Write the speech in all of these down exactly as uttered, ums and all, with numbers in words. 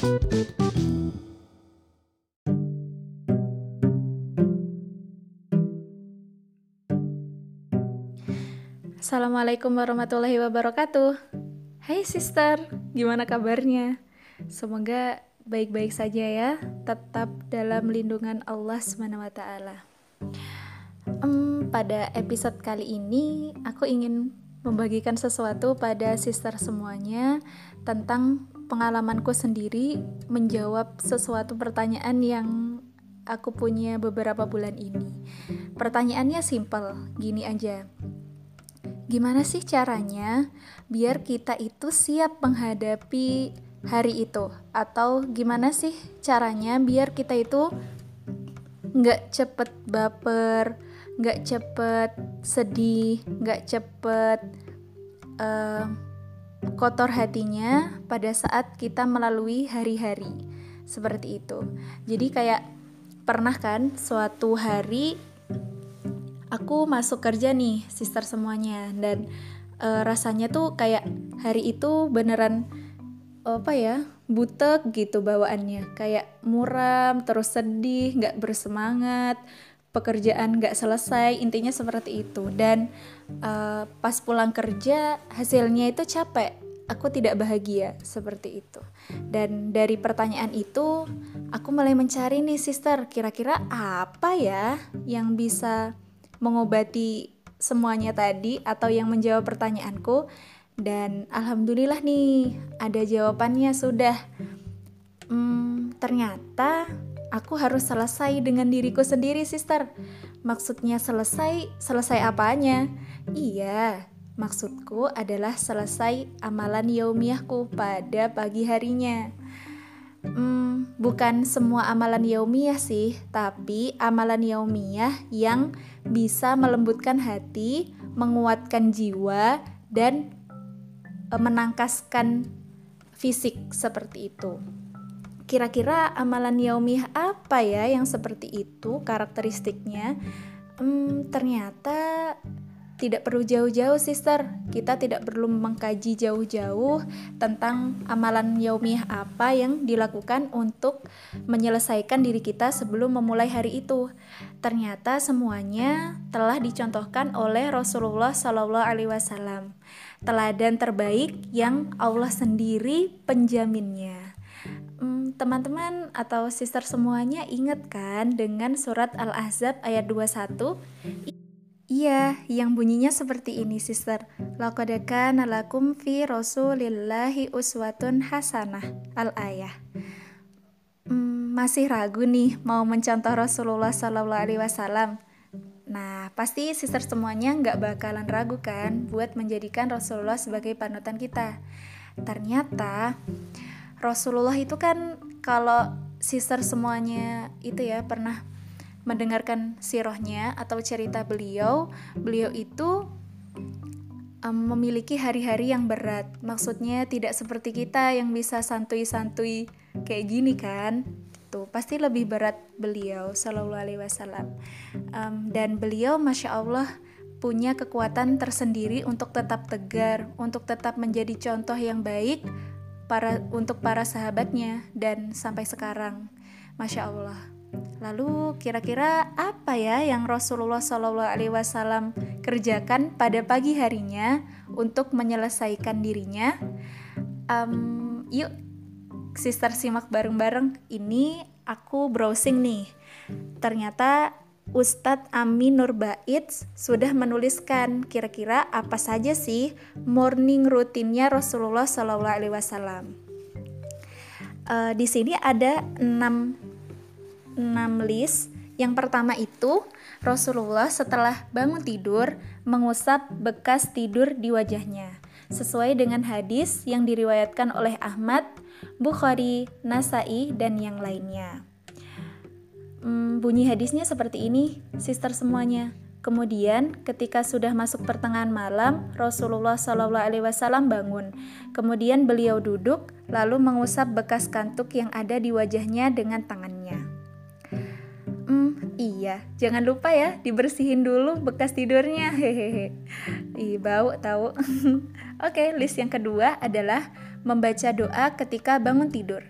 Assalamualaikum warahmatullahi wabarakatuh. Hai sister, gimana kabarnya? Semoga baik-baik saja ya, tetap dalam lindungan Allah subhanahu wa taala. Um, pada episode kali ini, aku ingin membagikan sesuatu pada sister semuanya tentang pengalamanku sendiri menjawab sesuatu pertanyaan yang aku punya beberapa bulan ini. Pertanyaannya simple, gini aja. Gimana sih caranya biar kita itu siap menghadapi hari itu? Atau gimana sih caranya biar kita itu gak cepet baper, gak cepet sedih, gak cepet uh, kotor hatinya pada saat kita melalui hari-hari seperti itu. Jadi kayak pernah kan suatu hari aku masuk kerja nih, sister semuanya, dan e, rasanya tuh kayak hari itu beneran apa ya, butek gitu bawaannya, kayak muram, terus sedih, nggak bersemangat, pekerjaan nggak selesai, intinya seperti itu. Dan e, pas pulang kerja hasilnya itu capek, aku tidak bahagia seperti itu. Dan dari pertanyaan itu aku mulai mencari nih sister, kira-kira apa ya yang bisa mengobati semuanya tadi atau yang menjawab pertanyaanku. Dan alhamdulillah nih ada jawabannya sudah. hmm, ternyata aku harus selesai dengan diriku sendiri sister. Maksudnya selesai, selesai apanya? Iya, maksudku adalah selesai amalan yaumiyahku pada pagi harinya. Hmm, bukan semua amalan yaumiyah sih, tapi amalan yaumiyah yang bisa melembutkan hati, menguatkan jiwa, dan e, menangkaskan fisik seperti itu. Kira-kira amalan yaumiyah apa ya yang seperti itu karakteristiknya? Hmm, ternyata tidak perlu jauh-jauh sister, kita tidak perlu mengkaji jauh-jauh tentang amalan yaumiyah apa yang dilakukan untuk menyelesaikan diri kita sebelum memulai hari itu. Ternyata semuanya telah dicontohkan oleh Rasulullah shallallahu alaihi wasallam, teladan terbaik yang Allah sendiri penjaminnya. Hmm, teman-teman atau sister semuanya ingat kan dengan surat Al-Ahzab ayat dua puluh satu? Iya, yang bunyinya seperti ini sister. Laqad kana lakum fi Rasulillahi uswatun hasanah. Al-ayah. Hmm, masih ragu nih mau mencontoh Rasulullah shallallahu alaihi wasallam? Nah, pasti sister semuanya nggak bakalan ragu kan buat menjadikan Rasulullah sebagai panutan kita. Ternyata Rasulullah itu kan, kalau sister semuanya itu ya pernah mendengarkan sirahnya atau cerita beliau, beliau itu um, memiliki hari-hari yang berat. Maksudnya tidak seperti kita yang bisa santuy-santuy kayak gini kan. Tuh, pasti lebih berat beliau sallallahu alaihi wasallam. Um, dan beliau masya Allah punya kekuatan tersendiri untuk tetap tegar, untuk tetap menjadi contoh yang baik para untuk para sahabatnya dan sampai sekarang. Masya Allah. Lalu kira-kira apa ya yang Rasulullah shallallahu alaihi wasallam kerjakan pada pagi harinya untuk menyelesaikan dirinya? Um, yuk sister simak bareng-bareng. Ini aku browsing nih. Ternyata Ustadz Amin Nurbait sudah menuliskan kira-kira apa saja sih morning rutinnya Rasulullah shallallahu alaihi wasallam. Uh, di sini ada enam enam list. Yang pertama itu Rasulullah setelah bangun tidur mengusap bekas tidur di wajahnya, sesuai dengan hadis yang diriwayatkan oleh Ahmad, Bukhari, Nasai, dan yang lainnya. Hmm, bunyi hadisnya seperti ini, sister semuanya. Kemudian ketika sudah masuk pertengahan malam, Rasulullah shallallahu alaihi wasallam bangun. Kemudian beliau duduk, lalu mengusap bekas kantuk yang ada di wajahnya dengan tangannya. Hmm, iya, jangan lupa ya dibersihin dulu bekas tidurnya. Hehehe. Ih, bau tahu. Oke, list yang kedua adalah membaca doa ketika bangun tidur.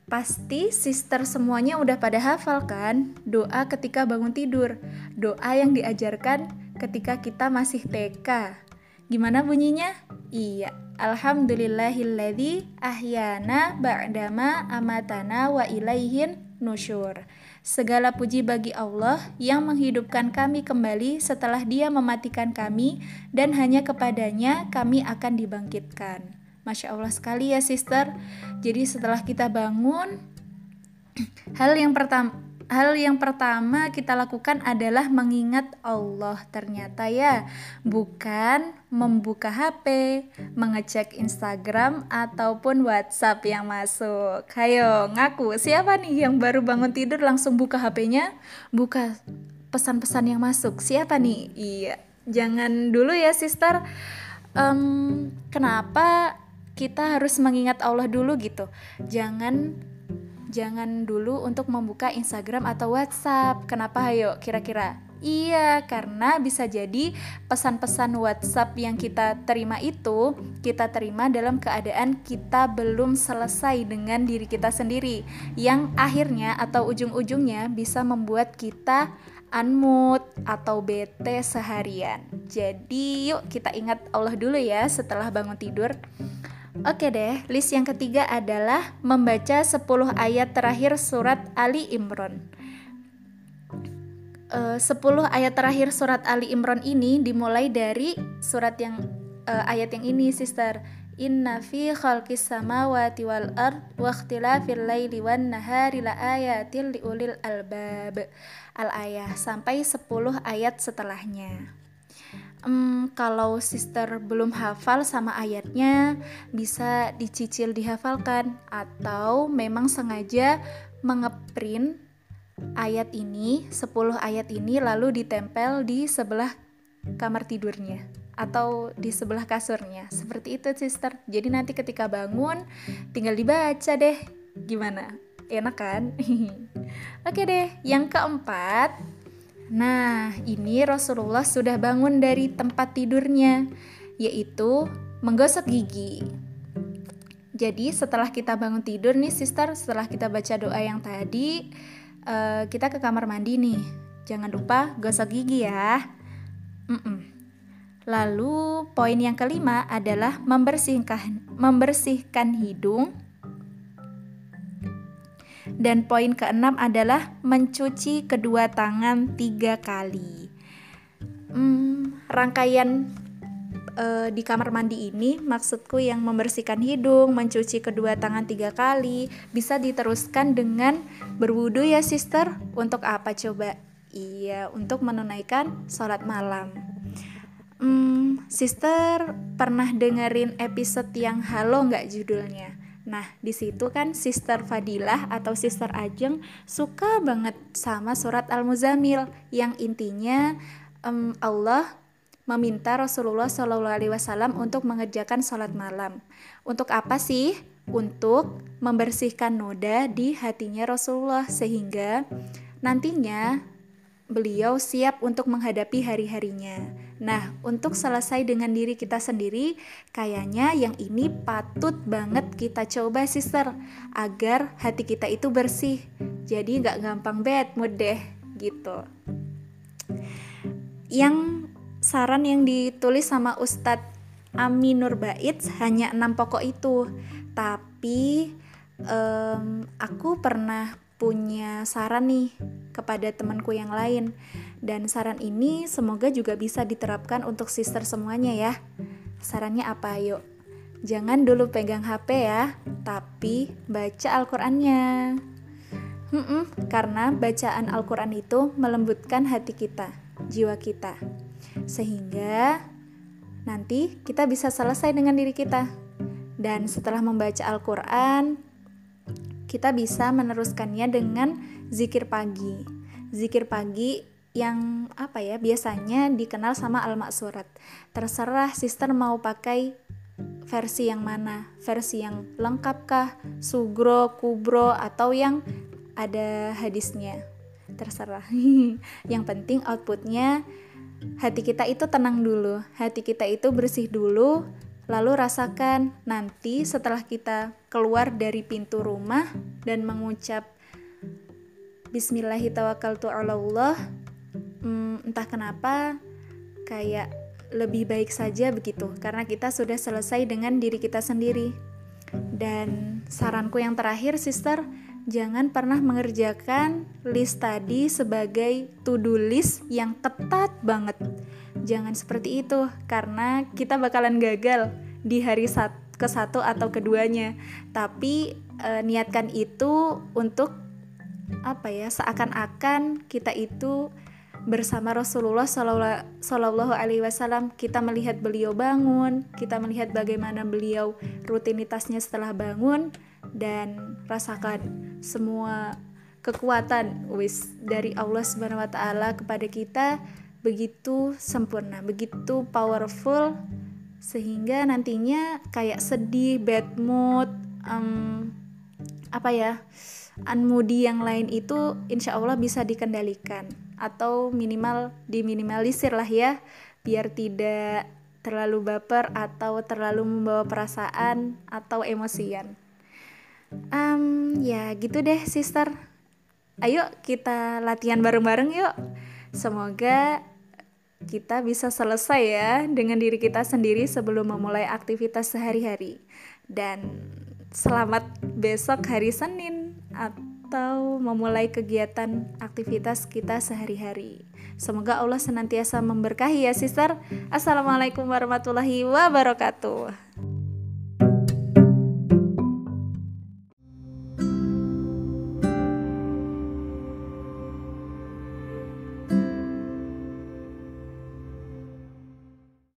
Pasti sister semuanya udah pada hafal kan doa ketika bangun tidur, doa yang diajarkan ketika kita masih T K. Gimana bunyinya? Iya, Alhamdulillahilladzi ahyana ba'dama amatana wa ilaihin nusyur. Segala puji bagi Allah yang menghidupkan kami kembali setelah Dia mematikan kami, dan hanya kepadanya kami akan dibangkitkan. Masya Allah sekali ya sister. Jadi setelah kita bangun, hal yang pertama hal yang pertama kita lakukan adalah mengingat Allah. Ternyata ya, bukan membuka H P, mengecek Instagram ataupun WhatsApp yang masuk. Hayo ngaku, siapa nih yang baru bangun tidur langsung buka H P-nya, buka pesan-pesan yang masuk? Siapa nih? Iya, jangan dulu ya sister. Um, kenapa kita harus mengingat Allah dulu gitu? Jangan jangan dulu untuk membuka Instagram atau WhatsApp. Kenapa hayo kira-kira? Iya, karena bisa jadi pesan-pesan WhatsApp yang kita terima itu kita terima dalam keadaan kita belum selesai dengan diri kita sendiri, yang akhirnya atau ujung-ujungnya bisa membuat kita unmood atau bete seharian. Jadi yuk kita ingat Allah dulu ya setelah bangun tidur. Oke deh, list yang ketiga adalah membaca sepuluh ayat terakhir surat Ali Imran. Uh, sepuluh ayat terakhir surat Ali Imran ini dimulai dari surat yang uh, ayat yang ini sister. Inna fi khalqis samawati wal ard wa ikhtilafil laili wan nahari la ayatil liulil albab. Al-ayah sampai sepuluh ayat setelahnya. Um, kalau sister belum hafal sama ayatnya, bisa dicicil dihafalkan, atau memang sengaja mengeprint ayat ini, sepuluh ayat ini lalu ditempel di sebelah kamar tidurnya atau di sebelah kasurnya. Seperti itu sister. Jadi nanti ketika bangun tinggal dibaca deh. Gimana? Enak kan? Oke deh, yang keempat. Nah, ini Rasulullah sudah bangun dari tempat tidurnya, yaitu menggosok gigi. Jadi setelah kita bangun tidur nih sister, setelah kita baca doa yang tadi, uh, kita ke kamar mandi nih. Jangan lupa gosok gigi ya. Mm-mm. Lalu poin yang kelima adalah membersihkan membersihkan hidung. Dan poin keenam adalah mencuci kedua tangan tiga kali. Hmm, rangkaian e, di kamar mandi ini, maksudku yang membersihkan hidung, mencuci kedua tangan tiga kali, bisa diteruskan dengan berwudu ya sister. Untuk apa coba? Iya, untuk menunaikan sholat malam. Hmm, sister pernah dengerin episode yang Halo nggak judulnya? Nah, di situ kan Sister Fadilah atau Sister Ajeng suka banget sama surat Al-Muzammil yang intinya um, Allah meminta Rasulullah shallallahu alaihi wasallam untuk mengerjakan sholat malam. Untuk apa sih? Untuk membersihkan noda di hatinya Rasulullah sehingga nantinya beliau siap untuk menghadapi hari-harinya. Nah, untuk selesai dengan diri kita sendiri, kayaknya yang ini patut banget kita coba sister, agar hati kita itu bersih. Jadi gak gampang bad mood deh, gitu. Yang saran yang ditulis sama Ustadz Ami Nurbait hanya enam pokok itu. Tapi um, aku pernah punya saran nih kepada temanku yang lain, dan saran ini semoga juga bisa diterapkan untuk sister semuanya ya. Sarannya apa? Yuk, jangan dulu pegang H P ya, tapi baca Al-Qur'annya. Hmm, karena bacaan Al-Qur'an itu melembutkan hati kita, jiwa kita, sehingga nanti kita bisa selesai dengan diri kita. Dan setelah membaca Al-Qur'an, kita bisa meneruskannya dengan zikir pagi. Zikir pagi yang apa ya, biasanya dikenal sama Al-Maksurat. Terserah sister mau pakai versi yang mana, versi yang lengkap kah, sugro, kubro, atau yang ada hadisnya. Terserah. Yang penting outputnya hati kita itu tenang dulu, hati kita itu bersih dulu, Lalu rasakan nanti setelah kita keluar dari pintu rumah dan mengucap Bismillahirrahmanirrahim, hmm, entah kenapa kayak lebih baik saja begitu, karena kita sudah selesai dengan diri kita sendiri. Dan saranku yang terakhir, sister, jangan pernah mengerjakan list tadi sebagai to-do list yang ketat banget. Jangan seperti itu, karena kita bakalan gagal di hari sat- ke satu atau keduanya. Tapi e, niatkan itu untuk apa ya, seakan-akan kita itu bersama Rasulullah Shallallahu Alaihi Wasallam. Kita melihat beliau bangun, kita melihat bagaimana beliau rutinitasnya setelah bangun, dan rasakan semua kekuatan wis dari Allah Subhanahu Wa Taala kepada kita begitu sempurna, begitu powerful, sehingga nantinya kayak sedih, bad mood, um, apa ya, unmoody yang lain itu insya Allah bisa dikendalikan atau minimal diminimalisir lah ya, biar tidak terlalu baper atau terlalu membawa perasaan atau emosian. Um, ya gitu deh sister. Ayo kita latihan bareng-bareng yuk. Semoga kita bisa selesai ya dengan diri kita sendiri sebelum memulai aktivitas sehari-hari. Dan selamat besok hari Senin atau memulai kegiatan aktivitas kita sehari-hari. Semoga Allah senantiasa memberkahi ya sister. Assalamualaikum warahmatullahi wabarakatuh.